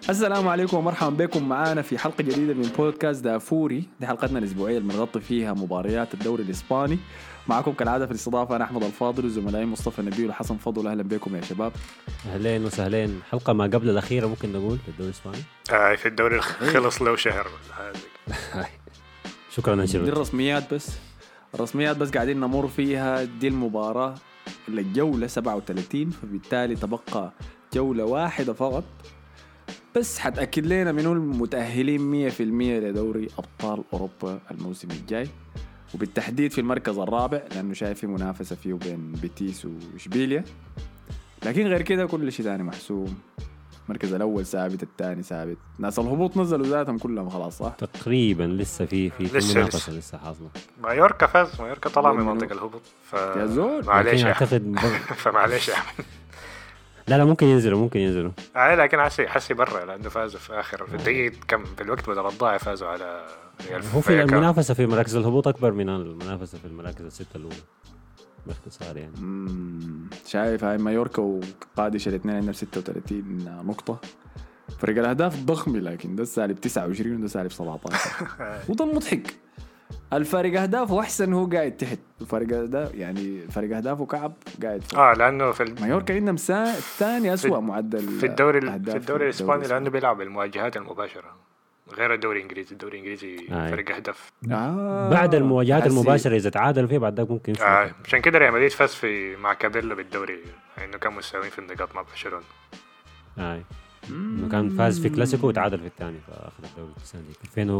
السلام عليكم ومرحبا بكم معانا في حلقة جديدة من بودكاست دافوري. دي حلقتنا الأسبوعية اللي بنغطي فيها مباريات الدوري الإسباني. معكم كالعادة في الاستضافة أنا أحمد الفاضل وزملائي مصطفى نبيل وحسن فضل. أهلا بكم يا شباب. أهلين وسهلين. حلقة ما قبل الأخيرة ممكن نقول في الدوري الإسباني. في الدوري خلص له شهر شكرا دي الرسميات بس قاعدين نمر فيها. دي المباراة الجولة 37، فبالتالي تبقى جولة واحدة فقط بس حتأكد لنا منو المتأهلين 100% لدوري أبطال أوروبا الموسم الجاي، وبالتحديد في المركز الرابع لأنه شايف في منافسة فيه بين بيتيس وإشبيليا. لكن غير كده كل شيء تاني محسوم. المركز الأول ثابت، الثاني ثابت، ناس الهبوط نزلوا ذاتهم كلهم خلاص صح؟ تقريبا لسه في منافسة لسه حاصلة. مايوركا فاز، مايوركا طلع من منطقة الهبوط يا زول معليش أعتقد فمعليش لا ممكن ينزلوا لكن حسي برا لأنه فازوا في آخر في الدقيقة كم في الوقت بدل الضايع فازوا على ريال. هو في المنافسة في مراكز الهبوط أكبر من المنافسة في المراكز الستة الأولى باختصار يعني. شايف هاي مايوركا وقادش الاثنين عندهم 36 نقطة، فرق الأهداف ضخمة، لكن ده سالب 29 وده سالب 17 وده مضحك. الفرق أهدافه أحسن، هو قاعد تحت. الفرق أهداف يعني فرق أهدافه كعب قاعد فوق. لأنه في مايوركا عندهم الثاني أسوأ معدل في الدوري الإسباني لأنه بيلعب المواجهات المباشرة غير الدوري الإنجليزي فرق أهداف بعد المواجهات المباشرة إذا تعادل فيه بعد ذلك ممكن عشان كده ريال مدريد فاز مع كابيلو بالدوري إنه كان مساويين في النقاط مع برشلونة. إنه كان فاز في كلاسيكو وتعادل في الثاني فأخذ الدوري السنة دي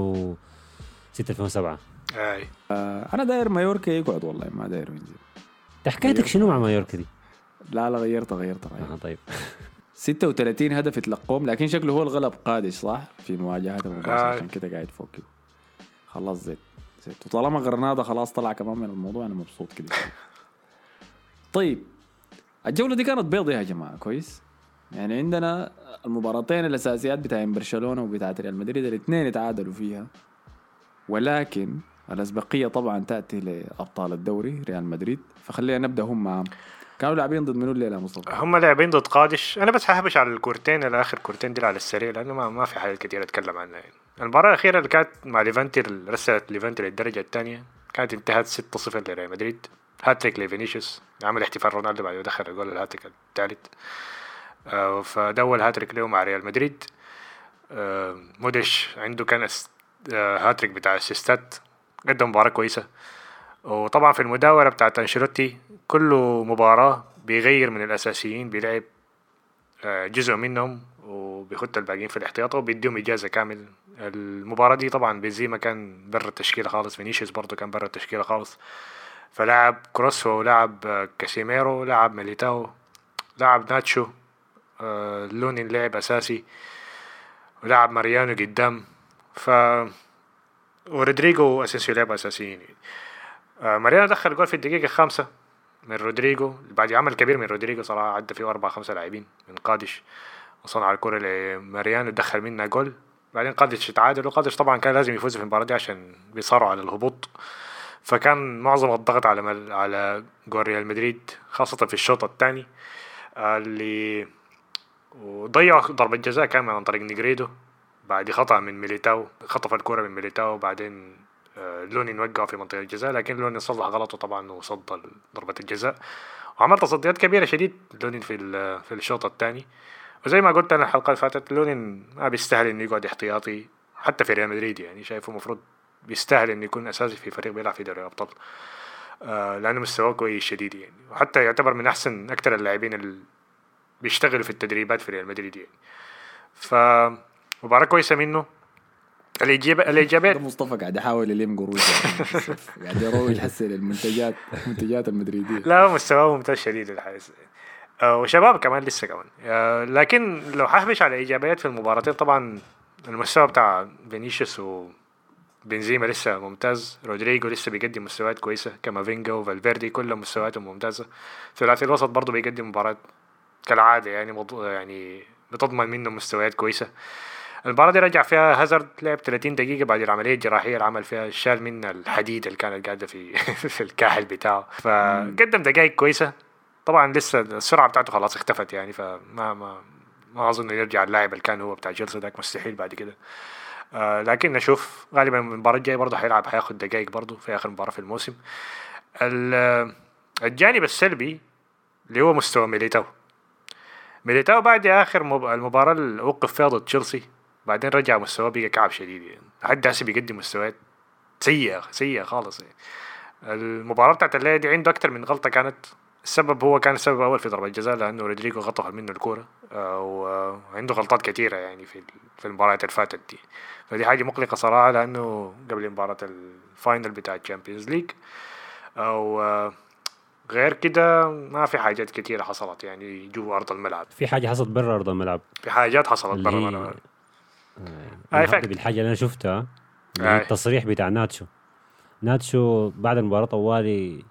2006 2007. أنا داير مايوركا يقعد، والله ما داير ينزل. حكايتك شنو مع مايوركا دي؟ لا غيرت طيب 36 هدف يتلقوهم، لكن شكله هو الغلب قادش صح في مواجهات المباشرة عشان كده قاعد فوق كده. خلاص زيت وطالما غرناطة خلاص طلع كمان من الموضوع، أنا مبسوط كده. طيب الجولة دي كانت بيضة يا جماعة كويس. يعني عندنا المباراتين الأساسيات بتاعين برشلونة وبتاعت ريال مدريد الاثنين يتعادلوا فيها، ولكن الأسبقية طبعا تأتي لأبطال الدوري ريال مدريد. فخلينا نبدأ هم معهم. كانوا لاعبين ضد منو الليلة مصطفى؟ هم لاعبين ضد قادش. انا بس حابش على الكورتين الاخر كورتين دي على السريع لانه ما في حاجات كتير اتكلم عنها يعني. المباراه الاخيره اللي كانت مع ليفانتي رسلت ليفانتي للدرجه الثانيه كانت انتهت 6-0 لريال مدريد. هاتريك لفينيسيوس عمل احتفال رونالدو بعد يدخل الجول الهاتريك الثالث. فده اول هاتريك له مع ريال مدريد. موديش عنده كان هاتريك بتاع اسيستات، قدم مباراه كويسه. وطبعا في المداوره بتاعت انشيلوتي كل مباراه بيغير من الأساسيين، بيلعب جزء منهم وبيخط الباقيين في الاحتياط وبيديهم إجازة كامل. المباراة دي طبعا بنزيما كان برا التشكيلة خالص، فينيسيوس برضو كان برا التشكيلة خالص. فلعب كروس ولعب كاسيميرو، لعب ميليتاو، لعب ناتشو، لونين لعب أساسي، ولعب ماريانو قدام. ورودريجو أساسي لعب أساسيين. ماريانو دخل جول في الدقيقة 5 من رودريجو بعد عمل كبير من رودريجو صراحة، عدى فيه 4-5 لاعبين من قادش وصنع الكرة لماريانو دخل منها جول. بعدين قادش تعادل، وقادش طبعا كان لازم يفوز في المباراة دي عشان بيصاروا على الهبوط. فكان معظم الضغط على جول ريال مدريد خاصة في الشوط الثاني اللي وضيعوا ضربة جزاء كان عن طريق نيجريدو بعد خطأ من ميليتاو، خطف الكرة من ميليتاو وبعدين لونين وقع في منطقة الجزاء، لكن لونين صلح غلطه طبعا وصد ضربة الجزاء وعمل تصديات كبيرة شديد لونين في الشوط الثاني. وزي ما قلت أنا الحلقة اللي فاتت لونين ما بيستاهل إنه يقعد احتياطي حتى في ريال مدريد، يعني شايفه مفروض بيستاهل إنه يكون أساسي في فريق بيلعب في دوري الأبطال لأنه مستواه كويس شديد يعني، وحتى يعتبر من أحسن أكتر اللاعبين اللي بيشتغلوا في التدريبات في ريال مدريد يعني. فمباراة كويسة منه. الإيجابيات مصطفى قاعد يحاول يلم قروش قاعد يروج يحسن المنتجات المدريدية. لا مستواه ممتاز شديد الحارس وشباب كمان لسه كمان. لكن لو ححبش على إيجابيات في المباراتين طبعا المستوى بتاع فينيسيوس وبنزيما لسه ممتاز. رودريجو لسه بيقدم مستويات كويسة، كامافينجا وفالفيردي كلهم مستوياتهم ممتازة. ثلاثي الوسط برضو بيقدم مباراة كالعادة يعني بتضمن منه مستويات كويسة. المباراة دي رجع فيها هازارد لعب 30 دقيقة بعد العملية الجراحية اللي عمل فيها، شال من الحديد اللي كانت قاعدة في الكاحل بتاعه، فقدم دقائق كويسة. طبعا لسه السرعة بتاعته خلاص اختفت يعني، فما ما أظن يرجع اللاعب اللي كان هو بتاع جلسة ذاك، مستحيل بعد كده. لكن نشوف غالبا المباراة الجاية برضه هياخد دقائق برضه في آخر مباراة في الموسم. الجانب السلبي اللي هو مستوى ميليتاو بعد آخر المباراة اللي وقف فيها ضد تشيلسي، بعدين رجع مستواه بقى كعب شديد يعني. حد هسه بيقدم مستويات سيئة خالص يعني. المباراة بتاعت الليلة دي عنده أكتر من غلطة، كان السبب أول في ضربة الجزاء، لأنه رودريجو غطف منه الكورة، وعنده غلطات كثيرة يعني في المباريات اللي فاتت دي. فدي حاجة مقلقة صراحة، لأنه قبل مباراة الفاينل بتاع الشامبيونز ليج أو غير كده ما في حاجات كثيرة حصلت يعني جوا أرض الملعب. في حاجة حصلت برا أرض الملعب، في حاجات حصلت برا الملعب. بالحاجة اللي أنا شفتها التصريح بتاع ناتشو بعد المباراة طوالي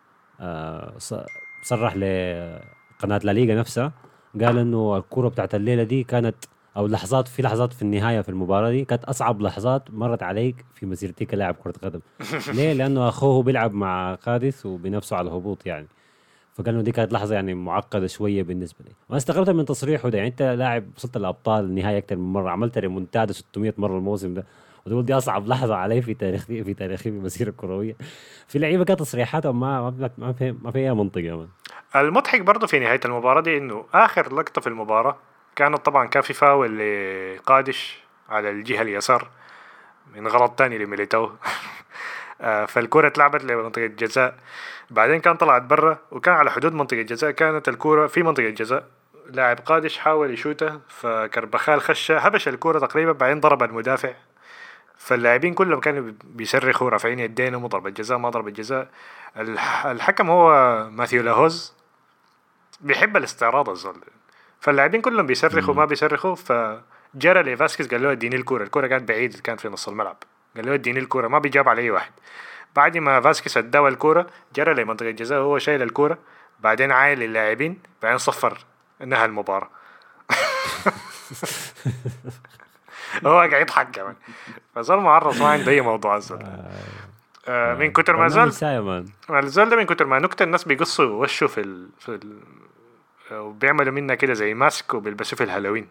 صرح لقناة لا ليغا نفسها، قال إنه الكرة بتاعت الليلة دي كانت أو لحظات في النهاية في المباراة دي كانت أصعب لحظات مرت عليك في مسيرتي كلاعب كرة قدم. ليه؟ لأنه أخوه بيلعب مع قادس وبنفسه على الهبوط يعني. فقال إنه دي كانت لحظة يعني معقدة شوية بالنسبة لي. وأنا استغربت من تصريحه ده، يعني أنت لاعب وصلت الأبطال النهاية أكتر من مرة، عملت ريمونتادا 600 مرة الموسم ده، وتقول دي أصعب لحظة علي في تاريخي في المسيرة الكروية. في لعيبة كانت تصريحاتهم ما فيها منطقة من. المضحك برضه في نهاية المباراة دي إنه آخر لقطة في المباراة كان في فاول لقادش على الجهة اليسار من غلط تاني لميليتاو. فالكرة اتلعبت لمنطقة الجزاء، بعدين كان طلعت برا وكان على حدود منطقة الجزاء، كانت الكرة في منطقة الجزاء، لاعب قادش حاول يشوتها فكربخال خشة هبش الكرة تقريبا، بعدين ضرب المدافع. فاللاعبين كلهم كانوا بيصرخوا رافعين يدينهم وضرب الجزاء ما ضرب الجزاء. الحكم هو ماثيو لاهوز بيحب الاستعراض الزول، فاللاعبين كلهم بيصرخوا ما بيصرخوا. فجرى لفاسكيز قال له اديني الكرة كانت بعيد، كانت في نص الملعب، قال له اديني الكرة، ما بيجاب على اي واحد. بعد ما فاسكيز اداوا الكرة جرى لمنطقة الجزاء وهو شايل الكرة، بعدين عايل للاعبين، بعدين صفر انها المباراة. هو قاعد يضحك كمان، فصار معرض ما عنده اي موضوع الزول. من كتر ما الزول ده من كتر ما نكتة الناس بيقصوا وشه وبيعملوا منها كده زي ماسك وبيلبسوه في الهالوين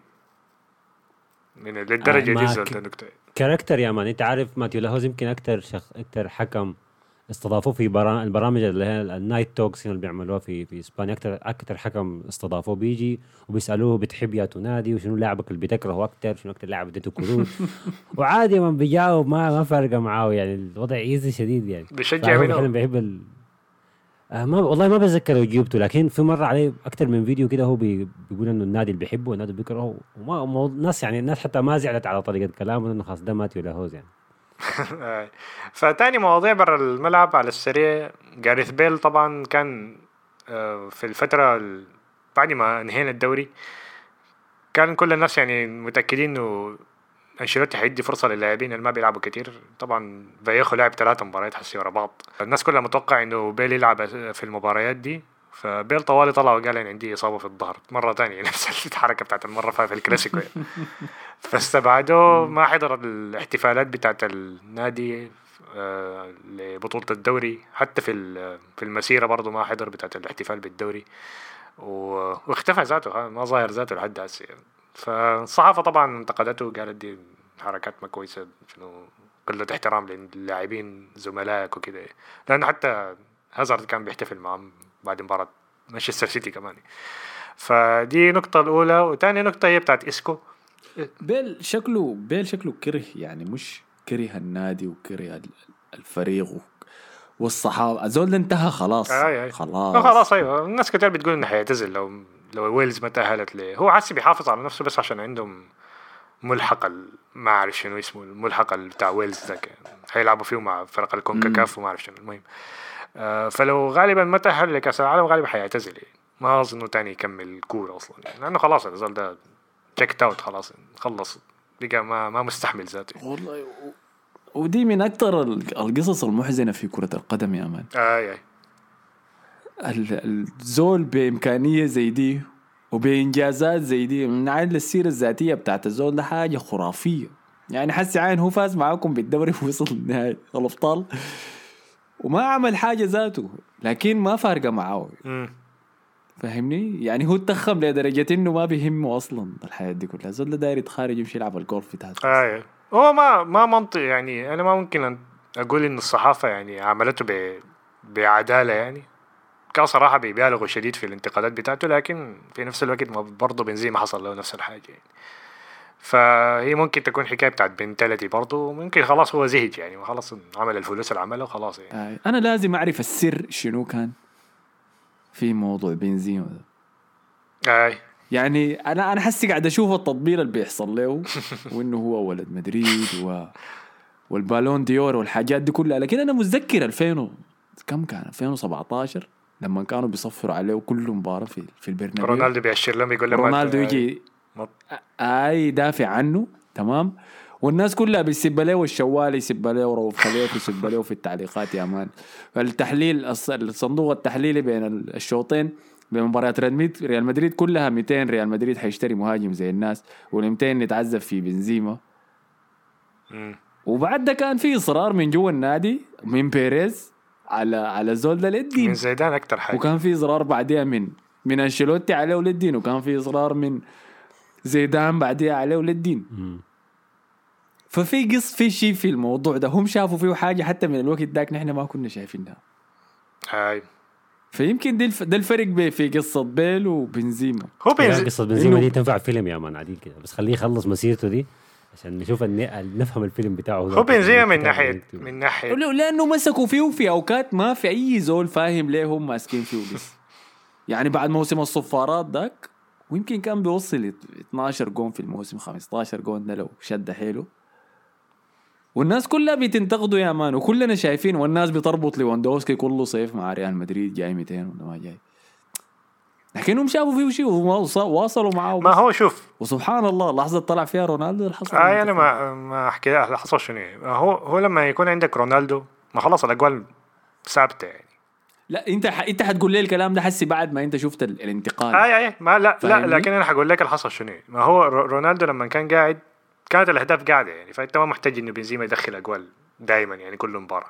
من للدرجة دي الزول ده نكتة كاركتر يا مان. انت عارف ماتيو لاهوز يمكن اكتر حكم استضافوه في البرامج اللي هي النايت توكس اللي بيعملوها في اسبانيا. اكتر حكم استضافوه بيجي وبيسالوه بتحب يا تنادي وشنو لاعبك اللي بتكرهه اكتر، شنو اكتر لاعب اديته كروت، وعادي من بيجاوب ما فرق معاه يعني. الوضع ايزي شديد يعني. بيشجع منه بيحب والله ما بتذكر وجيبته، لكن في مره عليه اكتر من فيديو كده هو بيقول انه النادي اللي بيحبه والنادي اللي بيكرهه، الناس حتى ما زعلت على طريقه كلامه انه خلاص ده ماتيو لاهوز يعني. فتاني مواضيع برا الملعب على السريع، جاريث بيل طبعا كان في الفترة بعد ما انهينا الدوري كان كل الناس يعني متأكدين انه انشيلوتي هيدي فرصة للاعبين اللي ما بيلعبوا كتير. طبعا فايخو لعب 3 مباريات حسي ورا بعض، الناس كلها متوقع انه بيل يلعب في المباريات دي. فبيل طوالي طلع وقال ان عندي اصابة في الظهر مرة تانية، نفس الحركة بتاعت المرة في الكلاسيكو يعني. فاستبعدوا، ما حضر الاحتفالات بتاعت النادي لبطولة الدوري، حتى في المسيرة برضو ما حضر بتاعت الاحتفال بالدوري، واختفى ذاته، ما ظاهر ذاته لحد هسه. فالصحافة طبعا انتقدته، قالت دي حركات ما كويسة، شنو قلة احترام للاعبين زملائك وكده، لأنه حتى هازارد كان بيحتفل معهم بعد مباراة مانشستر سيتي كمان. فدي نقطة الأولى. وتاني نقطة هي بتاعت إسكو. بيل شكله كره يعني، مش كره النادي وكره الفريق والصحافة. الزول ده انتهى خلاص. خلاص أيوة. الناس كتير بتقول إنه حيعتزل لو ويلز ما تأهلت له. هو عسي بيحافظ على نفسه بس عشان عندهم ملحق ما أعرف شنو اسمه، الملحق بتاع ويلز ذاك هيلعبوا فيه مع فرق الكونكاكاف وما أعرف شنو. المهم فلو غالبا ما تأهل لكأس العالم غالبا حيعتزل، ما أظنه تاني يكمل كورة أصلا يعني، لأنه خلاص الزول ده تشيكت اوت خلاص، خلص بقى ما مستحمل ذاته والله. ودي من أكتر القصص المحزنة في كرة القدم يا مان. الزول بإمكانية زي دي وبإنجازات زي دي، من عين السيرة الذاتية بتاعت الزول ده حاجة خرافية يعني. حسي عين هو فاز معاكم بالدوري ووصل نهاية الأبطال وما عمل حاجة ذاته، لكن ما فارقة معاه. فاهمني؟ يعني هو تخم لدرجة انه ما بيهمه اصلا الحياة دي كلها. زول ده داير يتخارج يمشي يلعب الجولف بتاعته. هو ما منطق يعني. انا ما ممكن اقول ان الصحافة يعني عملته بعدالة يعني. كان صراحة بيبالغوا شديد في الانتقادات بتاعته، لكن في نفس الوقت برضه بنزيما حصل له نفس الحاجة يعني. فهي ممكن تكون حكاية بتاعت بنتاليتي برضه. ممكن خلاص هو زهج يعني وخلاص عمل الفلوس اللي عمله وخلاص يعني. أنا لازم أعرف السر شنو كان في موضوع بنزيما ده. يعني أنا حسي قاعد أشوف التطبيل اللي بيحصل له وإنه هو ولد مدريد والبالون ديور والحاجات دي كلها. لكن أنا متذكر 2017 لما كانوا بيصفروا عليه كل مباراة في البرنابيو. رونالدو بيأشر لهم يقول لهم رونالدو يجي يدافع عنه تمام، والناس كلها بيسب له والشوالي يسب له وروف خليفه يسب له في التعليقات يا مان. التحليل الصندوق التحليلي بين الشوطين بمباريات ريال مدريد كلها 200 ريال مدريد حيشتري مهاجم زي الناس، وال200 نتعذب في بنزيما. وبعد ده كان في اصرار من جوا النادي من بيريز على زول ده للدين، من زيدان اكتر حاجه. وكان في اصرار بعديها من انشيلوتي عليه وللدين، وكان في اصرار من زيدان بعديها عليه وللدين. ففي في شيء في الموضوع ده هم شافوا فيه حاجه حتى من الوقت داك نحن ما كنا شايفينها. فيمكن ده الفرق في قصه بيل وبنزيما. هو قصه بنزيما دي تنفع فيلم يا مان عديل كده، بس خليه يخلص مسيرته دي عشان نشوف نفهم الفيلم بتاعه. هو بنزيما من ناحيه لانه مسكوا فيه في اوقات ما في اي زول فاهم ليه هم ماسكين فيه بس. يعني بعد موسم الصفارات داك ويمكن كان بيوصل 12 جون في الموسم، 15 جون ده لو شد حيله، والناس كلها بتنتقده يا مان وكلنا شايفين، والناس بتربط ليواندوفسكي كله صيف مع ريال مدريد جاي 200 ولا ما جاي، لكنهم شافوا فيه شيء وواصلوا معاه. ما هو شوف وسبحان الله لحظة طلع فيها رونالدو الحصل. أنا ما أحكي لها الحصل شنو. هو لما يكون عندك رونالدو ما خلاص الأجوال ثابتة يعني. لا انت حتقول لي الكلام ده حسي بعد ما انت شفت الانتقال. ما لا لكن انا حقول لك الحصل شنو. ما هو رونالدو لما كان قاعد كانت الاهداف قاعده يعني، فانت ما محتاج انه بنزيما يدخل اجوال دائما يعني كل مباراه.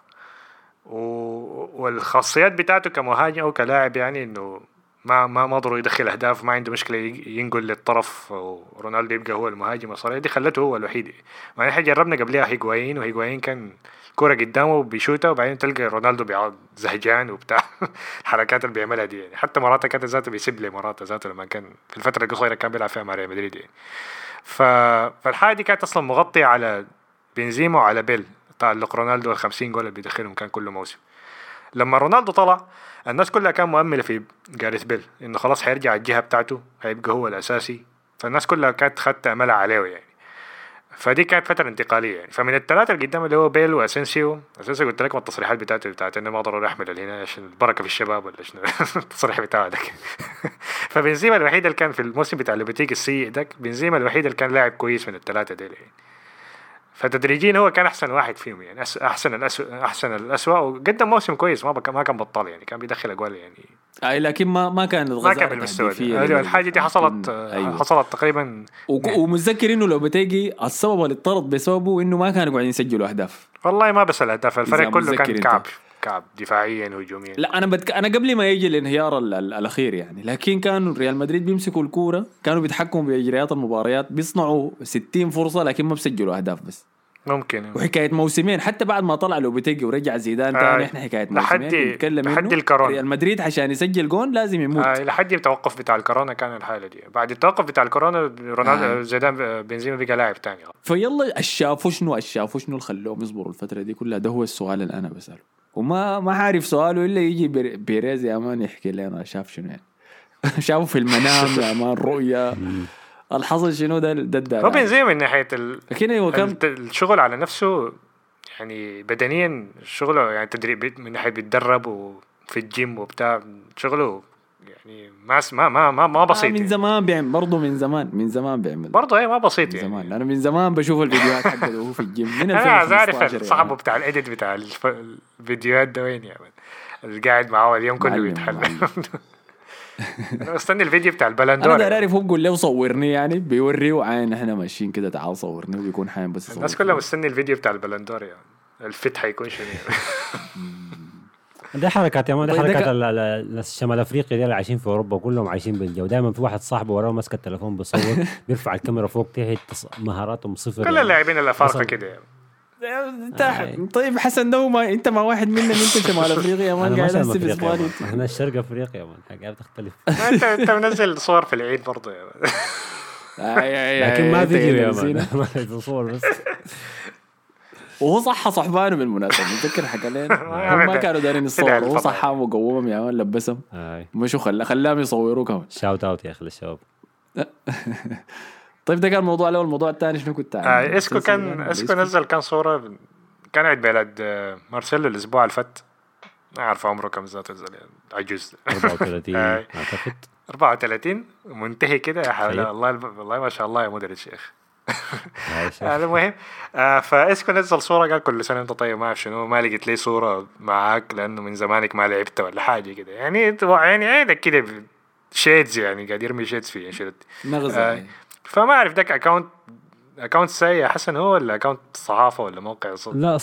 والخاصيات بتاعته كمهاجم او كلاعب يعني انه ما ضروري يدخل اهداف، ما عنده مشكله ينقل للطرف ورونالدو يبقى هو المهاجم الصريح. دي خلته هو الوحيد. ما احنا جربنا قبلها هيغوايين كان كرة قدامه وبيشوتها وبعدين تلقى رونالدو بيعض زهجان وبتاع الحركات اللي بيعملها دي يعني. حتى مراته كانت ذاته بيسيب لي مراته ذاته لما كان في الفترة القصيرة كان بيلعب فيها مع ريال مدريد يعني. فالحاجة دي كانت أصلا مغطية على بنزيما وعلى بيل. تعلق رونالدو 50 جول اللي بيدخلهم كان كل موسم. لما رونالدو طلع الناس كلها كان مؤملة في جاريث بيل إنه خلاص هيرجع الجهة بتاعته هيبقى هو الأساسي، فالناس كلها كانت خدت أملها عليه يعني. فدي كانت فترة انتقالية يعني. فمن الثلاثة اللي قدام اللي هو بيل واسنسيو قلت لك التصريحات بتاعته انه ما ضروري احمل هنا عشان البركة في الشباب ولا شنو التصريح بتاعه داك. فبنزيما الوحيد اللي كان في الموسم بتاع لوبيتيجي السيء داك، بنزيما الوحيد اللي كان لاعب كويس من الثلاثة دي يعني. فتدريجيا هو كان احسن واحد فيهم يعني، احسن الأسوأ، وقدم موسم كويس ما كان بطال يعني، كان بيدخل اجوال يعني. لكن ما كان الغزارة بالمستوى. الحاجة دي حصلت تقريبا. ومتذكر انه لو بتيجي السبب اللي اضطرد بسببه انه ما كانوا قاعدين يسجلوا اهداف. والله ما بس الاهداف، الفريق كله كان كعب دفاعيا وهجوميا. لا انا قبل ما يجي الانهيار الاخير يعني، لكن كانوا ريال مدريد بيمسكوا الكوره، كانوا بيتحكموا باجريات المباريات، بيصنعوا 60 فرصه لكن ما بيسجلوا اهداف بس. ممكن. وحكايه موسمين حتى بعد ما طلع لوبيتيجي ورجع زيدان تاني احنا حكايه موسمين نتكلم لحد الكورونا. ريال مدريد عشان يسجل جون لازم يموت. لحد التوقف بتاع الكورونا كان الحاله دي. بعد التوقف بتاع الكورونا رونالدو زيدان بنزيما بقى لاعب تاني. فيلا شافوا شنو اللي خلوهم يصبروا الفتره دي كلها. ده هو السؤال اللي انا بساله، وما عارف سؤاله الا يجي بيريز يا مان يحكي لنا شاف شنو يعني. شافوا في المنام يا مان رؤيا الحصل شنو ده هو بنزيما من ناحيه الشغل على نفسه يعني، بدنيا شغله يعني تدريب من ناحيه بيتدرب وفي الجيم وبتاع شغله يعني ما بسيط. من زمان بيعمل برضه، من زمان بيعمل برضه ما بسيط يعني. زمان انا من زمان بشوف الفيديوهات حقته وهو في الجيم من 2015. انا عارف صاحبه بتاع الايديت بتاع الفيديوهات ده وين يا مان، اللي قاعد معاه اليوم كله بيتحلم. انا استنى الفيديو بتاع البلندور. انا عارف هو بيقول له صورني يعني، بيوريه وعين احنا ماشيين كده تعال صورني، وبيكون حاين بس الناس كلها مستني الفيديو بتاع البلندور يعني، الفت حيكون شنو. ده حركات يا مان، ده طيب حركات الناس شمال افريقيا دي اللي عايشين في اوروبا كلهم عايشين بالجو. دائما في واحد صاحبه وراه ماسك التليفون بيصور بيرفع الكاميرا فوق تحت، مهاراتهم صفر كل يعني. اللاعبين الافارقه كده يعني. طيب حسن ده ما انت ما واحد منهم، انت شمال افريقيا يا مان انا ما قاعد شمال هسه في افريقيا يا اسبانيا. مان. احنا الشرق افريقيا يا مان، حاجه بتختلف. انت منزل صور في العيد برضه يا مان. لكن ما فيديو يا مان. مان، ما في صور بس. وهو صح صحبانه بالمناسبه، متذكر حكى لنا هم ما كانوا دارين الصور، هو صحهم وقومهم يا مان، لبسهم مشوا خلاهم يصوروا كمان. شاوت اوت يا اخي للشباب. طيب ده كان الموضوع الاول. الموضوع الثاني شنو كنت عامل؟ اسكو نزل كان صوره، كان عيد ميلاد مارسيلو الاسبوع الفت، ما اعرف عمره كم ذاته يعني عجوز. 34 اعتقد 34 منتهي كده يا حول الله. والله ما شاء الله يا مدرب شيخ. المهم فاسكو نزل صوره قال كل سنه انت طيب، ما اعرف شنو، ما لقيت لي صوره معاك لانه من زمانك ما لعبت ولا حاجه كده يعني عينك كده شيدز يعني قاعد يرمي شيدز في انشيلوتي نغزة. فما اعرف ذاك اكونت سيء حسن هو ولا اكونت صحافه ولا موقع صوت؟ لا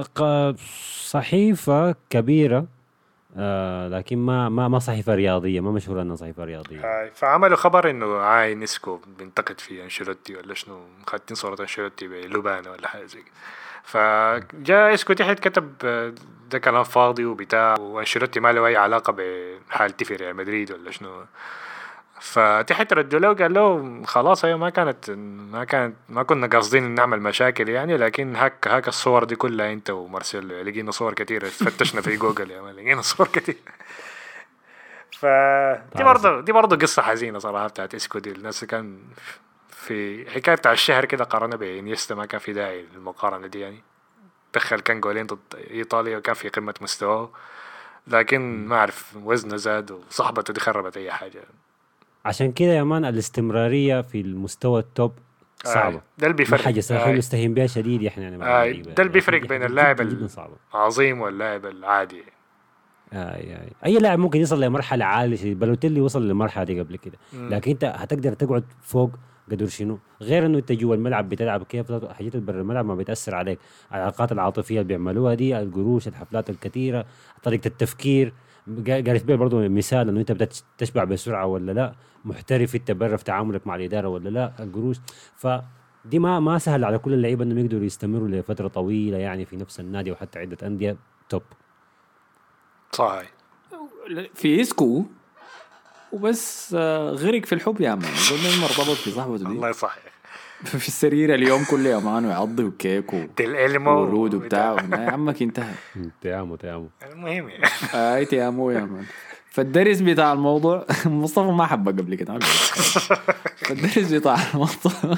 صحيفه كبيره لكن ما صحيفه رياضيه، ما مشهوره انها صحيفه رياضيه. فعملوا خبر انه عاي نسكو بينتقد في انشيلوتي ولا شنو، خدتين صوره انشيلوتي بلبانه ولا حاجه زي. فجاء اسكو تحت كتب ده كلام فاضي وبتاع، وانشيلوتي ما له اي علاقه بحالتي في ريال مدريد ولا شنو. فتحت ردوا له قال له خلاص هي ما كنا قاصدين نعمل مشاكل يعني، لكن هاك الصور دي كلها انت ومارسيلو لقينا صور كتير، فتشنا في جوجل يا مان لقينا صور كتير. دي برضه قصة حزينة صراحة بتاعت اسكو دي. الناس كان في حكاية بتاع الشهر كده قارنة بإنيستا، ما كان في داعي للمقارنة دي يعني. دخل كان جولين ضد إيطاليا وكان في قمة مستواه، لكن ما أعرف وزنه زاد وصحبته دي خربت أي حاجة. عشان كده يا مان الاستمرارية في المستوى التوب صعبة. ده اللي بيفرق، حاجة سهل نستهين بها شديد احنا يعني ده اللي بيفرق بين اللاعب العظيم واللاعب العادي. اي لاعب ممكن يصل لمرحلة عالية، بالوتيلي وصل للمرحلة دي قبل كده، لكن انت هتقدر تقعد فوق قدر شنو، غير انه انت جوا الملعب بتلعب كيف، حاجات برا الملعب ما بتأثر عليك. العلاقات العاطفية اللي بيعملوها دي، القروش، الحفلات الكثيرة، طريقة التفكير. قالت بيه برضو مثال انه انت بدأت تشبع بسرعة ولا لا، محترف انت برا في تعاملك مع الإدارة ولا لا، القروش. فدي ما سهل على كل اللعيبة انهم يقدروا يستمروا لفترة طويلة يعني في نفس النادي وحتى عدة أندية توب. صحيح. في اسكو وبس غرق في الحب يا مان، قلنا مرتبط في صاحبته دي. الله صحيح. في السرير اليوم كله يا مان، ويعضي وكيك وورود وبتاع. يا عمك انتهى. تيامو المهم يعني تيامو يا مان. فالدرس بتاع الموضوع مصطفى ما حبه قبل كده. فالدرس بتاع الموضوع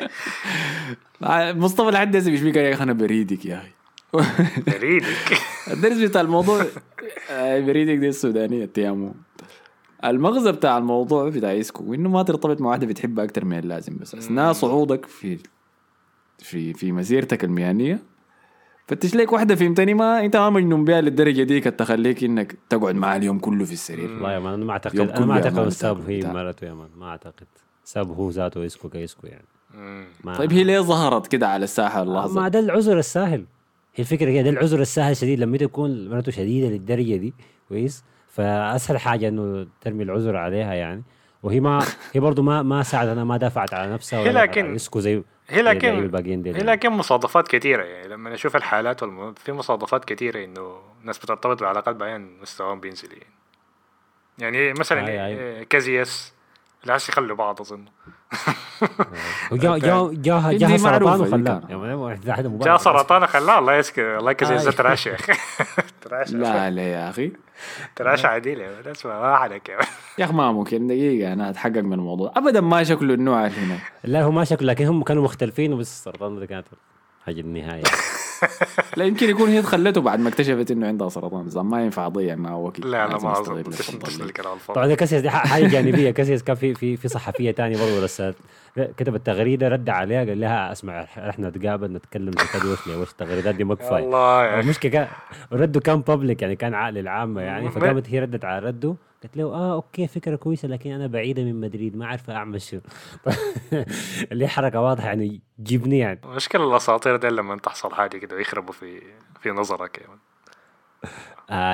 مصطفى لحد هسه بيشبيك يا اخي، انا بريدك يا اخي. بريدك. الدرس بتاع الموضوع بريدك دي السودانية تيامو. المغزى بتاع الموضوع بتاع إسكو إنه ما ترتبط مع واحدة بتحبها أكتر من اللازم، بس أثناء صعودك في مسيرتك المهنية فتشليك واحدة فهمتني، ما أنت ما مجنون بها للدرجة دي تخليك إنك تقعد معها اليوم كله في السرير. والله يا مان أنا ما أعتقد السبب هي مرته يا مان، ما أعتقد سبب هو ذاته إسكو كإسكو يعني. طيب هي ليه ظهرت كده على الساحة اللحظة؟ ما ده العذر السهل، هي الفكرة كده، ده العذر السهل شديد لما تكون مرته شديدة للدرجة دي كويس. فأسهل حاجة إنه ترمي العذر عليها يعني. وهي هي برضو ما ساعدت، أنا ما دافعت على نفسها ولا على إسكو زي لكن مصادفات كثيرة يعني. لما نشوف الحالات في مصادفات كثيرة إنه ناس بترتبط بعلاقات بعدين مستواهم بينزل يعني مثلا كازياس العاش يخلوا بعض أظن. جاء سرطان وخلاه جاء سرطان وخلاه. الله يسكر الله كازياس تراش يا أخي. لا يا أخي تراش عديل يا ولد ما عليك يا أخي. ما ممكن دقيقة أنا أتحقق من الموضوع أبدا. ما شكله النوع هنا. لا هو ما شكله، لكن هم كانوا مختلفين وبس السرطان ده كانت حاجة النهاية. لا يمكن يكون هي تخلته بعد ما اكتشفت انه عندها سرطان، بس ما ينفع اضيع معه وقت. لا ما اظن. طبعا كاسياس دي حاجه جانبيه. كاسياس كان في صحفيه تانية برضه رسالت، كتبت تغريده رد عليها قال لها اسمع احنا نتقابل نتكلم وش التغريدات دي مكفايه. والله المشكله رده كان بابليك يعني، كان عقل العامه يعني. فقامت هي ردت على رده قلت له اوكي فكره كويسه، لكن انا بعيده من مدريد ما عارفه اعمل شو. اللي حركه واضحه يعني جيبني يعني. مشكله الاساطير ده لما تحصل حاجه كده يخربوا في نظرك يعني.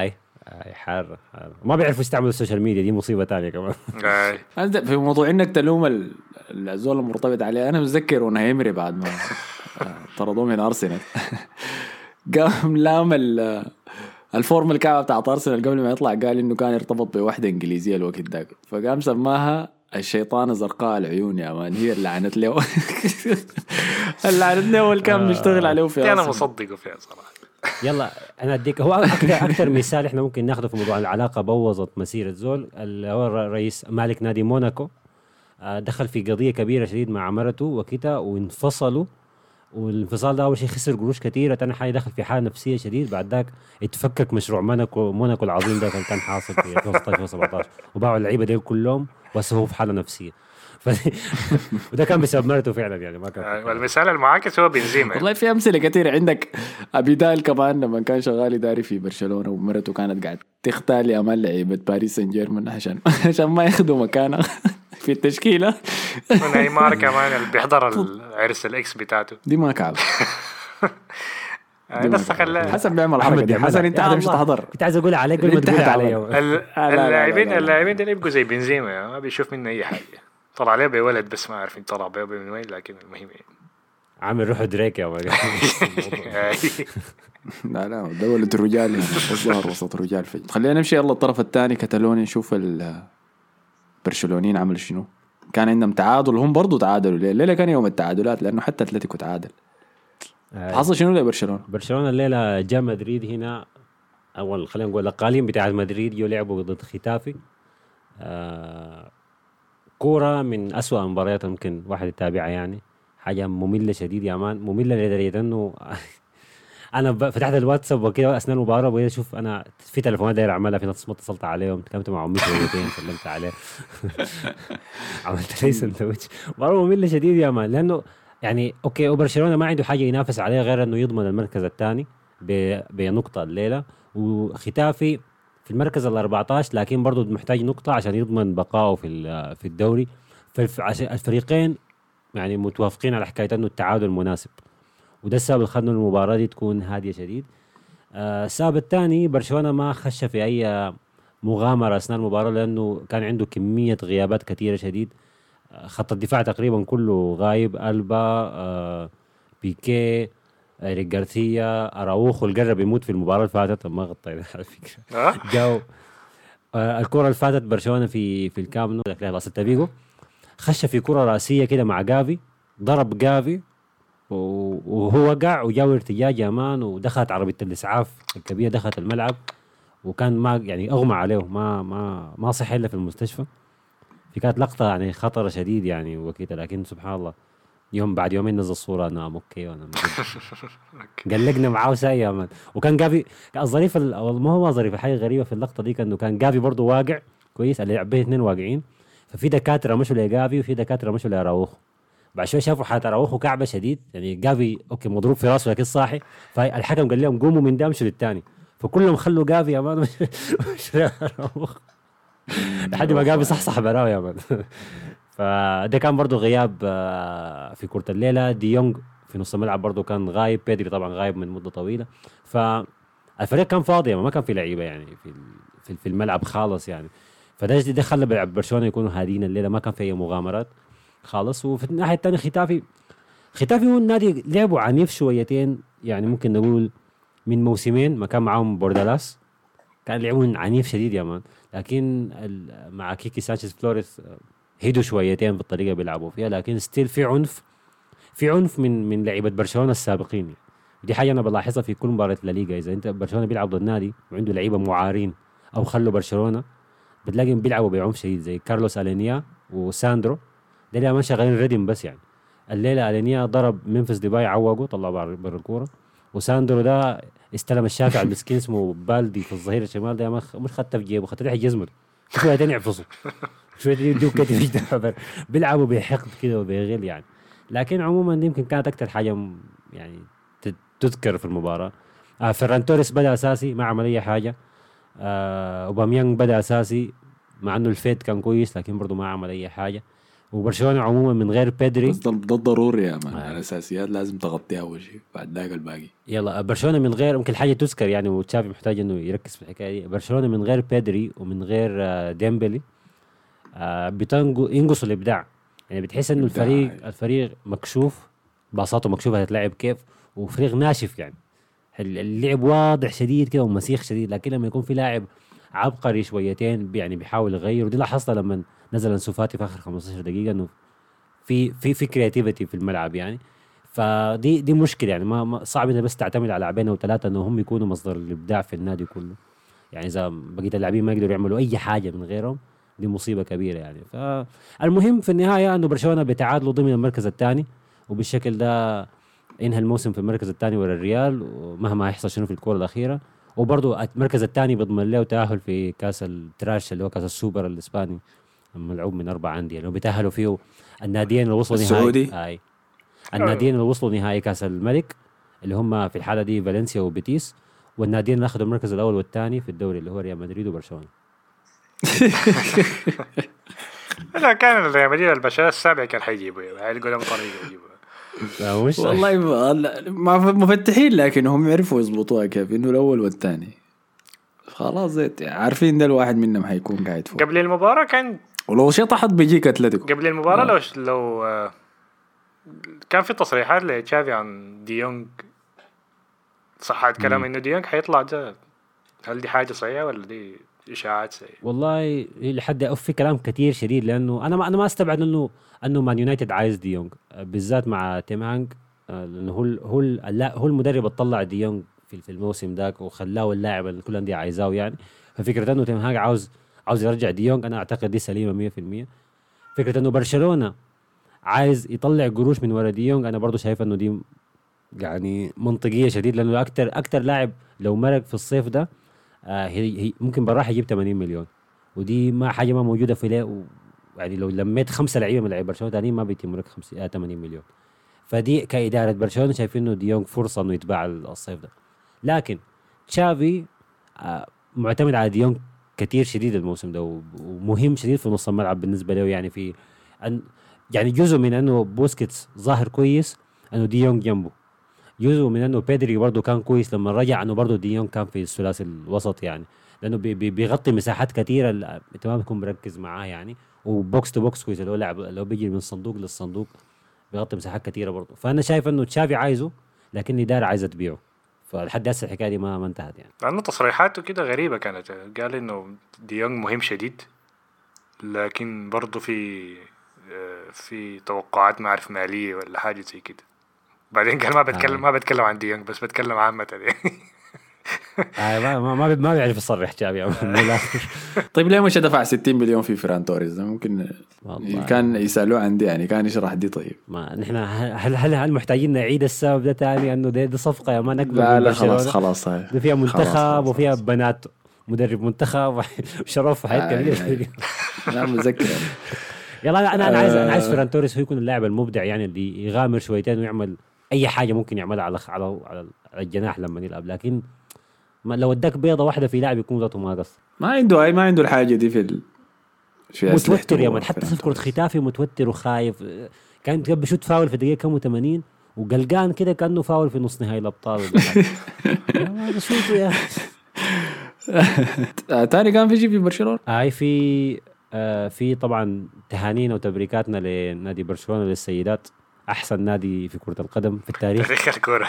حار ما بيعرفوا يستعملوا السوشيال ميديا، دي مصيبة تانية كمان. في موضوع انك تلوم الزول المرتبط عليه، انا متذكر وانا هيمري بعد ما طردوه من ارسنال قام لام الفورم الكعبة بتاع ارسنال قبل ما يطلع، قال انه كان يرتبط بواحدة انجليزية الوقت داك، فقام سماها الشيطان زرقاء العيون يا مان، هي اللي لعنت له اللي لعنت له اللي كان بيشتغل عليه في انا مصدقه فيها صراحة. يلا انا اديك هو اكثر مثال احنا ممكن ناخذه في موضوع العلاقه بوظت مسيره زول، اللي هو رئيس مالك نادي موناكو دخل في قضيه كبيره شديد مع مرته وكده وانفصلوا، والانفصال ده اول شيء خسر قروش كثيره، ثاني حاجه دخل في حاله نفسيه شديد، بعد ذاك اتفكك مشروع موناكو العظيم ده كان حاصل في 2016 و17 وباعوا اللعيبه دول كلهم وهسه هو في حاله نفسيه وده كان بسبب مرته فعلا يعني ما كان. والمثال المعاكس هو بنزيما. والله في امثله كثيره، عندك ابيدال كمان لما كان شغال اداري في برشلونه ومرته كانت قاعد تختال يا مان لعيبه باريس سان جيرمان عشان ما ياخذوا مكانها في التشكيله. ونيمار كمان اللي بيحضر العرس الاكس بتاعته دي ما كعب. بس خلاه حسن بيعمل الحركه دي. حسن انت حتمشي تحضر، كنت عايز اقول عليك قبل ما تقول علي. اللاعبين اللي يبقوا زي بنزيما يعني ما بيشوف منه اي حاجه، طلع عليه بولد بس ما عارفين طلع بيه من وين، لكن المهم يعني عامل روحه دريك يا ولد. لا دولة الرجال يعني الظهر وسط رجال فجأة. خلينا نمشي يلا الطرف الثاني كتالونيا، نشوف البرشلونيين عملوا شنو. كان عندهم تعادل، هم برضو تعادلوا الليلة كان يوم التعادلات لأنه حتى أتلتيكو تعادل. حصل شنو لبرشلونة؟ برشلونة الليلة جاء مدريد هنا، أول خلينا نقول الأقاليم بتاعت مدريد يلعبوا ضد ختافي. كورة من أسوأ المباريات ممكن واحد يتابعها يعني، حاجة مملة شديد يا مان، مملة لدرجة إنه أنا فتحت الواتساب وكده أثناء المباراة وبقيت أشوف أنا في تلفونات داير أعملها، في ناس ما اتصلت عليهم، تكلمت مع أمي شويتين سلمت عليه عملت لي سندوتش. مباراة مملة شديد يا مان، لأنه يعني أوكي وبرشلونة ما عنده حاجة ينافس عليها غير إنه يضمن المركز الثاني بنقطة الليلة، وختافي في المركز 14 لكن برضو محتاج نقطة عشان يضمن بقائه في الدوري. فالفريقين يعني متوافقين على حكاية أنه التعادل مناسب، وده السبب اللي خلنا المباراة دي تكون هادية شديد. السبب الثاني برشلونة ما خش في أي مغامرة أثناء المباراة لأنه كان عنده كمية غيابات كثيرة شديد. خط الدفاع تقريبا كله غايب، ألبا بيكي إيريك غارسيا أراوخو اللي قرب يموت في المباراة اللي فاتت ما غطينا على فكرة جو الكرة اللي فاتت برشلونة في الكامب نو لاس تافيغو، خش في كرة رأسية كده مع جافي، ضرب جافي وهو وقع وجاو ارتجاج يا مان، ودخلت عربية الإسعاف الكبيرة دخلت الملعب، وكان ما يعني أغمى عليه ما صح إلا في المستشفى. في كانت لقطة يعني خطرة شديد يعني وكده، لكن سبحان الله يوم بعد يومين نزل صورة أنا أوكي وأنا قلقنا معاه ساي يا مان. وكان جافي الظريف ما هو ظريف، حاجة غريبة في اللقطة دي كأنه كان جافي برضو واقع كويس، اللي لعبه اثنين واقعين، ففي دكاترة مشوا لجافي وفي دكاترة مشوا لأراوخو. بعد شوي شافوا حالة أراوخو كعبة شديد، يعني جافي أوكي مضروب في راسه لكن صاحي، فالحكم قال لهم قوموا من ده مشوا للتاني، فكلهم خلوا جافي يا مان مش أراوخو لحد ما جافي صح براو يا مان. فده كان برضو غياب في كرة الليلة. دي يونغ في نص الملعب برضو كان غايب، بيدري طبعا غايب من مدة طويلة، فالفريق كان فاضي ما كان في لعيبة يعني في الملعب خالص يعني. فده خلى برشلونة يكونوا هادين الليلة، ما كان في أي مغامرات خالص. وفي الناحية الثانية ختافي هو النادي لعبوا عنيف شويتين يعني، ممكن نقول من موسمين ما كان معاهم بوردالاس كان لعبون عنيف شديد يا مان، لكن مع كيكي سانشيز فلوريس هيدوا شويتين بالطريقة بيلعبوا فيها، لكن ستيل في عنف من لعيبة برشلونة السابقين. دي حاجة أنا بلاحظها في كل مباراة لليغا، إذا أنت برشلونة بيلعب ضد نادي وعنده لعيبة معارين أو خلوا برشلونة بتلاقيهم بيلعبوا بعنف شديد زي كارلوس ألينيا وساندرو، ده اللي ما شغالين ريدم بس يعني. الليلة ألينيا ضرب منفس ديباي عوقه طلع برا الكورة، وساندرو ده استلم الشافع المسكين اسمه بالدي في الظهير الشمال ده مش خدته في جيبه، خدته تحت جزمته شويتين يعفصوا شوية يدوك كده بيلعبوا بحقد كده وبيغل يعني. لكن عموما دي يمكن كانت أكتر حاجة يعني تذكر في المباراة. فيران توريس بدأ أساسي ما عمل أي حاجة. أوباميانغ بدأ أساسي مع أنه الفيت كان كويس لكن برضو ما عمل أي حاجة. وبرشلونه عموما من غير بيدري بس ده ضروري يا مان. الاساسيات لازم تغطيها اول شيء بعد ذاك الباقي. يلا برشلونه من غير ممكن حاجه تذكر يعني وتشافي محتاج انه يركز في الحكايه دي. برشلونه من غير بيدري ومن غير ديمبلي ينقصوا الابداع. يعني بتحس انه الفريق مكشوف، باصاته مكشوفه هتتلعب كيف، وفريق ناشف. يعني اللعب واضح شديد كده ومسيخ شديد، لكن لما يكون في لاعب عبقري شويتين يعني بيحاول يغير. ودي لاحظتها لما نزل انسو فاتي في اخر 15 دقيقه انه في كرياتيفيتي في الملعب يعني. فدي مشكله يعني ما صعب انك بس تعتمد على لاعبين او ثلاثه انه هم يكونوا مصدر الابداع في النادي كله. يعني اذا بقيه اللاعبين ما يقدروا يعملوا اي حاجه من غيرهم دي مصيبه كبيره يعني. فالمهم في النهايه انه برشلونه بيتعادلوا ضمن المركز الثاني، وبالشكل ده انهى الموسم في المركز الثاني ورا الريال، ومهما يحصل شنو في الكوره الاخيره. وبرضه المركز الثاني بيضمن له تاهل في كاس التراش اللي هو كاس السوبر الاسباني الملعوب من 4 انديه اللي بيتاهلوا فيه الناديين اللي وصلوا نهائي الناديين اللي وصلوا نهائي كاس الملك اللي هم في الحاله دي فالنسيا وبيتيس، والناديين اللي اخذوا المركز الاول والثاني في الدوري اللي هو ريال مدريد وبرشلونه. لا كان ريال مدريد البشر السابع كان حيجيبوا هيلقوا لهم طريقه يجيبوا. والله مفتحين لكن هم يعرفوا يضبطوها كيف انه الاول والثاني خلاص زيت عارفين ده الواحد منهم حيكون قاعد فوق. قبل المباراه كان ولو شطحت بيجيك اتلتيكو قبل المباراه لو كان في تصريحات لتشافي عن ديونج صحت كلام انه ديونج حيطلع ده. هل دي حاجه صحيحه ولا دي اشاعات سيئه؟ والله لحد في كلام كتير شديد، لانه انا ما استبعد انه مان يونايتد عايز ديونج بالذات مع تيم هانج، لانه هو المدرب اللي طلع ديونج في الموسم ذاك وخلاه اللاعب اللي كل الانديه عايزاه يعني. ففكره انه تيم هانج عاوز يرجع ديونج انا اعتقد دي سليمه 100%. فكره انه برشلونه عايز يطلع قروش من ورا ديونج انا برضو شايف انه دي يعني منطقيه شديد، لانه اكتر لاعب لو مرق في الصيف ده هي ممكن براح يجيب 80 مليون، ودي ما حاجه ما موجوده في ليه. يعني لو لميت 5 لعيبه من لعيبه برشلونه ثانيين ما بيتم لك 80 مليون. فدي كاداره برشلونه شايفين انه ديونج فرصه انه يتباع الصيف ده. لكن تشافي معتمد على ديونج كتير شديد الموسم ده، ومهم شديد في نص الملعب بالنسبه له. يعني في يعني جزء من انه بوسكيتس ظاهر كويس انه ديونج جنبه، جزء من انه بيدري برضه كان كويس لما رجع انه برضه ديونج كان في الثلاثي الوسط يعني، لانه بيغطي مساحات كثيره انت ما بتكون مركز معاه يعني. وبوكس تو بوكس كويس اللي هو لاعب اللي هو بيجي من صندوق للصندوق بيغطي مساحات كثيره برضه. فانا شايف انه تشافي عايزه لكن الاداره عايزه تبيعه، فلحد هسه الحكايه دي ما انتهت يعني. لانه تصريحاته كده غريبه كانت، قال انه ديونج مهم شديد لكن برضه في توقعات ما اعرف ماليه ولا حاجه زي كده. بعدين قال ما بتكلم عن ديونج بس بتكلم عامه يعني. ما بيعرف يصرح تشافي من الاخر. طيب ليه مش دفع 60 مليون في فران توريز؟ ممكن كان يسالوه عن دي يعني كان يشرح دي. طيب ما نحن هل محتاجين نعيد السبب ده تاني انه دي صفقه يا ما نقبل؟ لا خلاص هاي ده فيها منتخب وفيها بنات مدرب منتخب وشرف وحاجات كثيره. لا متذكر يلا انا عايز فران توريس هو يكون اللاعب المبدع يعني اللي يغامر شويتين ويعمل اي حاجه ممكن يعملها على الجناح لما يلعب. لكن لو اداك بيضه واحده في لاعب يكون ذاته ما قصر. ما عنده الحاجه دي في متوتر يا مان. حتى في كره ختافي متوتر وخايف. كان بيشوت فاول في الدقيقه كم 80 وقلقان كده كانه فاول في نص نهائي الابطال. يا شوفوا يا تاني كان في برشلونه في طبعا تهانينا وتبريكاتنا لنادي برشلونه للسيدات، احسن نادي في كره القدم في التاريخ تاريخ الكره.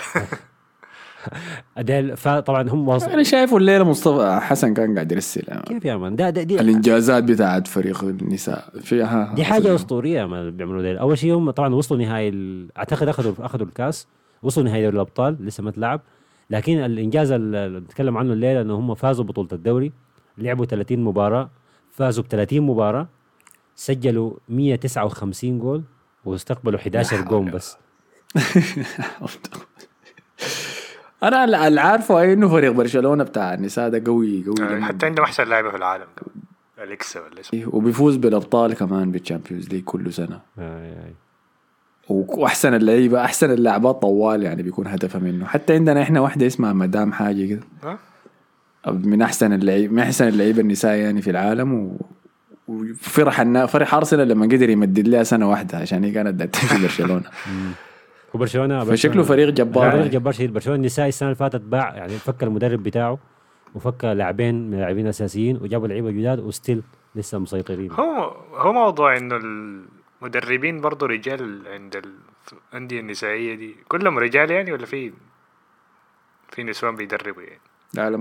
أديل فطبعا هم أنا شايفه الليلة مصطفى حسن كان قاعد يرسل كيف يا مان دي الإنجازات بتاعت فريق النساء فيها دي حاجة أسطورية ما بيعملوا ده. أول شيء هم طبعا وصلوا نهائي أعتقد أخذوا الكاس، وصلوا نهائي دوري الأبطال لسه ما تلعب. لكن الإنجاز اللي نتكلم عنه الليلة إنه هم فازوا بطولة الدوري، لعبوا 30 مباراة فازوا ب30 مباراة، سجلوا 159 جول واستقبلوا 11 جول بس. انا اللي عارفه انه فريق برشلونه بتاع النساء ده قوي حتى عنده احسن لاعبه في العالم اليكسا ولا اسمه، وبيفوز بالابطال كمان بالتشامبيونز ليج كل سنه. واحسن اللعيبه احسن اللاعبات طوال يعني بيكون هدفها منه. حتى عندنا احنا واحده اسمها مدام حاجه كده من احسن اللعيبه النساء يعني في العالم فرح أرسنال لما قدر يمدد لها سنة واحدة عشان هي كانت تمشي برشلونة. وبرشلونة فشكله فريق جبار. فريق جبار شديد. برشلونة النسائي السنة اللي فاتت باع يعني فك المدرب بتاعه وفك لاعبين من اللاعبين الأساسيين وجابوا لعيبة جداد وستيل لسه مسيطرين. هو موضوع إنه المدربين برضو رجال عند الأندية النسائية دي كلهم رجال يعني ولا في نسوان بيدربوا يعني؟ لا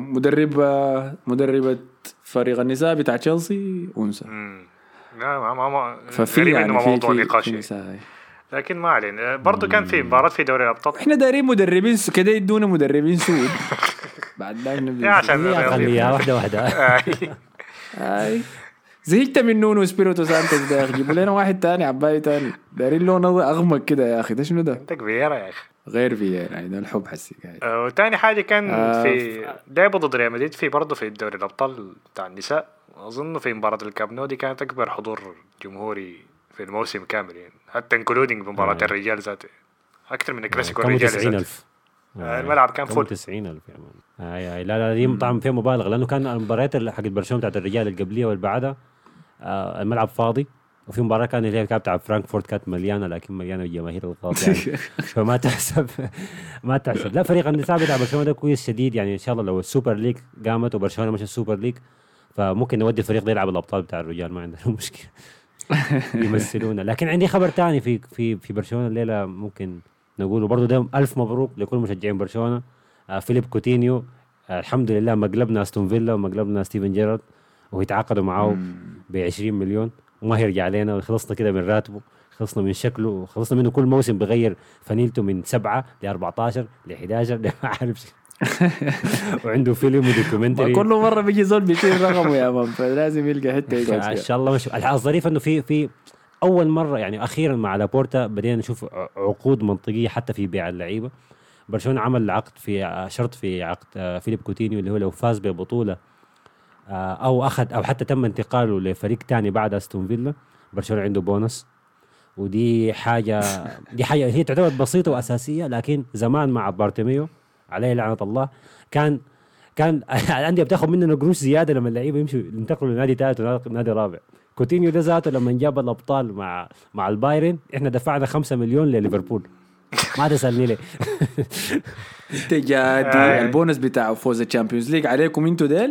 مدربة فريق النساء بتاع تشيلسي أنثى. لا ما ففي يعني موضوع نقاش في لكن ما علينا. برضو كان في مباراة في دوري الأبطال. احنا دايرين مدربين كده يدونا مدربين سود بعد ذاك نبدا عشان خليها واحدة اي زهقت من نونو وسبيريتو سانتوس ده يا اخي. جيبوا لنا واحد تاني عباية تاني دايرين له نظر اغمق كده يا اخي. ده شنو ده؟ انت كبيرة يا اخي. غير فييرا يعني ده الحب حسي قاعد. وتاني حاجة كان في لعبة ضد ريال مدريد في برضه في الدوري الأبطال بتاع النساء. أظن في مباراة الكامب نو دي كانت أكبر حضور جمهوري في الموسم كامل يعني حتى انكلودينج مباراة الرجال ذاته أكثر من الكلاسيكو الرجال. 90,000 الملعب كان فول 90,000 يعني. لا دي طبعا فيها مبالغة لأنه كان المباريات حقت برشلونة بتاعت الرجال القبلية والبعدها الملعب فاضي. وفي مباراة كان اللي هي كانت بتاع فرانكفورت كانت مليانة لكن مليانة بالجماهير الغلط يعني. فما تحسب لا فريق النساء بتاع برشلونة ده كويس شديد يعني. إن شاء الله لو السوبر ليج قامت وبرشلونة مش السوبر ليج فممكن نودي الفريق ده يلعب الأبطال بتاع الرجال ما عندنا مشكلة يمثلونا. لكن عندي خبر تاني في برشلونة الليلة ممكن نقوله برضو ده. ألف مبروك لكل مشجعين برشلونة. فيليب كوتينيو الحمد لله مقلبنا أستون فيلا ومقلبنا ستيفن جيرارد ويتعاقدوا معاه ب20 مليون وما هيرجع علينا وخلصنا كده من راتبه خلصنا من شكله وخلصنا منه. كل موسم بغير فنيلته من 7 ل 14 ل 11 ما عارف وعنده فيلم ودوكيومنتري كل مرة بيجي زول بيشيل رقمه يا مان فلازم يلقى حتة يقعد ان شاء الله. مش الظريف انه في اول مرة يعني اخيرا مع لابورتا بدينا نشوف عقود منطقية حتى في بيع اللعيبة. برشلونة عمل عقد في شرط في عقد فيليب كوتينيو اللي هو لو فاز ببطولة او اخذ او حتى تم انتقاله لفريق تاني بعد استون فيلا برشلونة عنده بونص. ودي حاجة هي تعتبر بسيطة واساسية. لكن زمان مع بارتيميو عليه لعنة الله كان الأندية بتاخذ مننا قروش زيادة لما اللعيبة يمشوا ينتقلوا لنادي ثالث ونادي رابع. كوتينيو ده ذاته لما جاب الأبطال مع البايرن احنا دفعنا 5 مليون لليفربول. ما تسألني ليه. انت جادي البونس بتاع فوز الشامبيونز ليج عليكم انتوا ديل.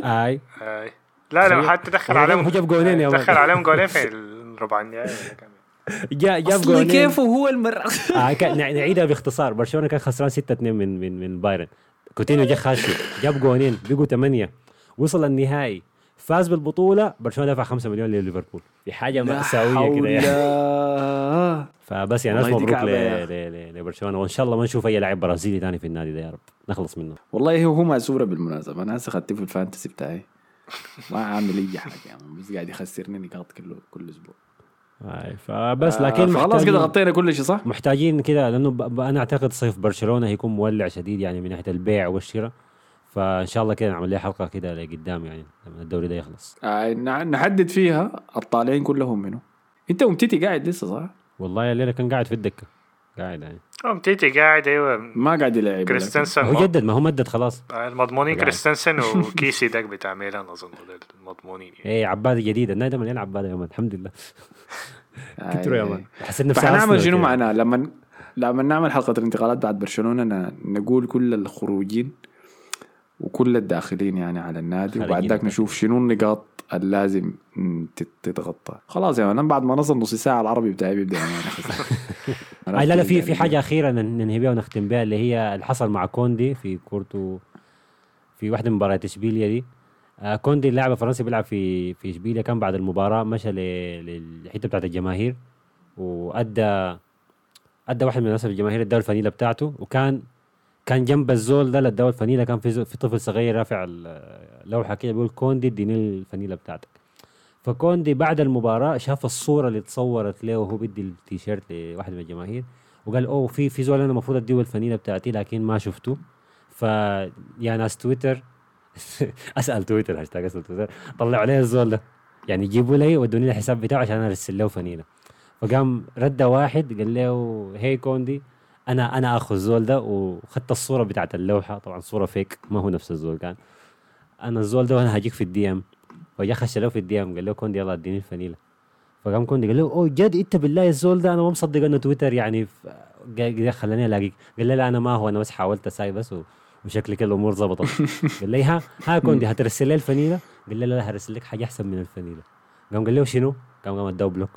لا حتى دخل عليهم جاب جولين يا دخل عليهم جولين في الربع النهائي. جاب جولين كيف هو المرة نعيدها باختصار. برشلونة كان خسران 6-2 من بايرن. كوتينيو جا خاشي جاب جولين بقوا 8 وصل النهائي فاز بالبطولة. برشلونة دفع 5 مليون لليفربول في حاجة مأساوية كده يعني. فبس يعني ألف مبروك لبرشلونة وإن شاء الله ما نشوف أي لاعب برازيلي تاني في النادي ده يا رب نخلص منه. والله هو مأسورة بالمناسبة. أنا هسه خدته في الفانتسي بتاعي ما عامل أي حاجة يعني بس قاعد يخسرني نقاط كل أسبوع. فبس لكن خلاص كده غطينا كل شيء صح. محتاجين كده لأنه أنا أعتقد صيف برشلونة هيكون مولع شديد يعني من ناحية البيع والشراء. فإن شاء الله كده نعمل لها حلقة كده لقدام يعني لما الدوري ده يخلص نحدد فيها الطالعين كلهم منه. أنت ومتيتي قاعد لسه صح؟ والله الليلة كان قاعد في الدكة قاعد يعني. متيتي قاعد أيوة ما قاعد يلعب. كريستنسن هو جدد ما هو مدد خلاص. المضمونين كريستنسن وكيسي داك بتاع ميلان أظن المضمونين يعني. إيه عبادة جديدة النادي مليان عبادة يا مان الحمد لله. كتروا يا مان حسيت نفسي فنعمل شنو معنا لما نعمل حلقة الانتقالات بعد برشلونة نقول كل الخروجين وكل الداخلين يعني على النادي وبعد ذاك نشوف شنو النقاط اللازم تتغطى. خلاص يا مان بعد ما نصل نص ساعة العربي بتاعي بيبدأ يعني لا في حاجة أخيرة ننهي بها ونختم بها اللي هي اللي حصل مع كوندي في كورتو في واحدة من مباريات إشبيلية دي. كوندي اللاعب الفرنسي بيلعب في إشبيلية كان بعد المباراة مشى للحتة بتاعت الجماهير وأدى واحد من الناس الجماهير اداه الفانيلة بتاعته وكان جنب الزول ده للدول الفانيلة كان في طفل صغير رافع اللوحة كده بيقول كوندي اديني الفانيلة بتاعتك. فكوندي بعد المباراة شاف الصورة اللي تصورت له وهو بدي التيشيرت لواحد من الجماهير وقال اوه في زول انا المفروض اديه الفانيلة بتاعتي لكن ما شفته. فيا ناس تويتر اسأل تويتر طلعوا عليه الزول ده يعني جيبوا لي ودوني الحساب بتاعه عشان ارسل له فانيلة. فقام رد واحد قال له هي كوندي انا اخذ الزول ده وخدت الصورة بتاعت اللوحة طبعا صورة فيك ما هو نفس الزول كان. انا الزول ده وانا هجيك في الدي ام وجا خش له في الديام قال له كوندي يلا اديني الفانيلا. فقام كوندي قال له اوه جد انت بالله الزول ده انا ما مصدق انه تويتر يعني خلاني الاقيك. قال له لا انا ما هو انا بس حاولت اساي بس وشكلي كده الامور ظبطت. قال لي ها كوندي هترسل لي الفانيلا؟ قال له لا هرسل لك حاجه احسن من الفانيلا. قام قال له شنو؟ قام اداه بلوك.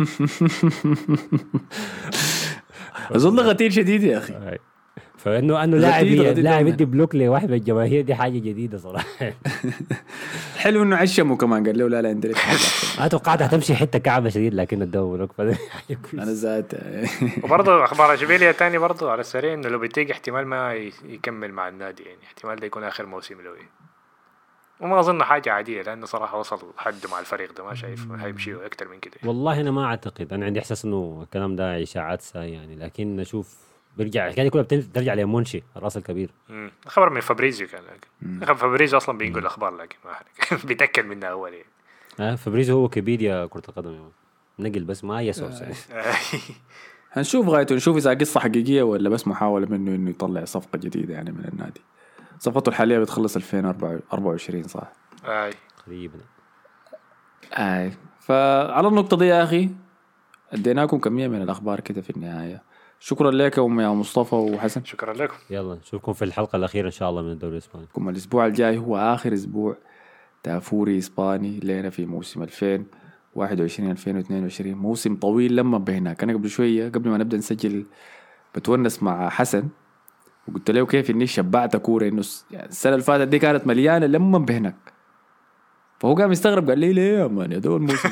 اظن غتير شديد يا اخي. فانه لاعب يدي بلوك لواحد من الجماهير دي حاجه جديده صراحه. حلو انه عشمه كمان قال له لا انت لك انا توقعت هتمشي حته كعبه شديد لكن اداه بلوك. انا ذات. وبرضه اخبار اشبيليا تاني برضه على السريع انه لو بيتيجي احتمال ما يكمل مع النادي يعني احتمال ده يكون اخر موسم له. وما اظن حاجه عاديه لانه صراحه وصل حد مع الفريق ده ما شايف هيمشي اكتر من كده. والله انا ما اعتقد. انا عندي احساس انه الكلام ده اشاعات ساي يعني لكن نشوف بيرجع الحكايه كلها بترجع لمونشي الراس الكبير. خبر من فابريزيو كان لكن فابريزيو اصلا بينقل الاخبار لكن ما بيتاكد منها اول يعني. فابريزيو هو ويكيبيديا كره القدم يعني. نقل بس ما يسوس يعني. هنشوف غايته نشوف اذا قصه حقيقيه ولا بس محاوله منه انه يطلع صفقه جديده يعني من النادي. صفقته الحاليه بتخلص 2024 صح؟ تقريبا. فعلى النقطه دي يا اخي اديناكم كميه من الاخبار كده في النهايه. شكرا لكم يا مصطفى وحسن. شكرا لكم. يلا نشوفكم في الحلقه الاخيره ان شاء الله من الدوري الاسباني. الاسبوع الجاي هو اخر اسبوع دافوري اسباني لنا في موسم 2021 2022. موسم طويل لما بهناك. انا قبل شويه قبل ما نبدا نسجل بتونس مع حسن وقلت له كيف اني شبعت كوره انه يعني السنه اللي فاتت دي كانت مليانه لما بهناك. فهو قام يستغرب قال لي ليه يا مان يا دول موسم.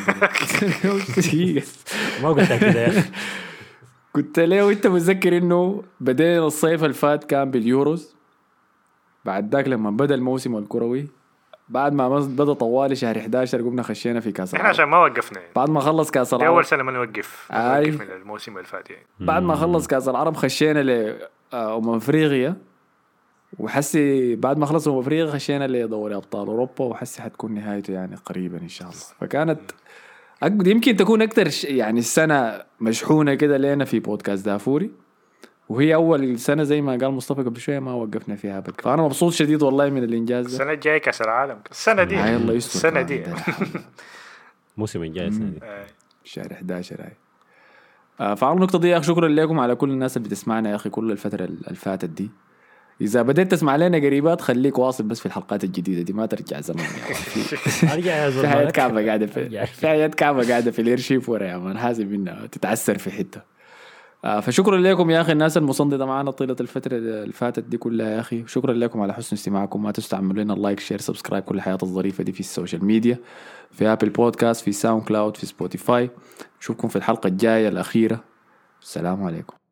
ما قلت كده يا اخي. قلت له انت متذكر انه بدينا الصيف اللي فات كان باليوروز. بعد ذاك لما بدا الموسم الكروي بعد ما بدا طوالي شهر 11 قمنا خشينا في كاس العالم. احنا عشان ما وقفنا يعني. بعد ما خلص كاس العالم اول سنه ما نوقف من الموسم اللي فات يعني. بعد ما خلص كاس العالم خشينا ل افريقيا وحسي بعد ما خلصوا افريقيا خشينا لدوري ابطال اوروبا وحسي حتكون نهايته يعني قريبا ان شاء الله. فكانت يمكن تكون اكتر يعني السنه مشحونه كده لنا في بودكاست دافوري وهي اول سنه زي ما قال مصطفى قبل شويه ما وقفنا فيها ابد. فانا مبسوط شديد والله من الانجاز ده. السنه الجايه كاس العالم السنه دي الله يستر السنه دي موسم الجاي السنه دي شهر 11 هاي. فعلى النقطه دي يا اخي شكرا لكم على كل الناس اللي بتسمعنا يا اخي كل الفتره اللي فاتت دي. إذا بديت تسمع لنا قريبات خليك واصل بس في الحلقات الجديدة دي ما ترجع زمان أرجع في حياة كعبة قاعدة في حياة كعبة قاعدة في الارشيف ورا يا مان حاسب منها تتعسر في حتة. فشكرا لكم يا أخي الناس المصندة معنا طيلة الفترة اللي فاتت دي كلها يا أخي. شكرا لكم على حسن استماعكم. ما تستعملوا لنا اللايك شير سبسكرايب كل الحياة الظريفة دي في السوشيال ميديا في أبل بودكاست في ساوند كلاود في سبوتيفاي. نشوفكم في الحلقة الجاية الأخيرة. السلام عليكم.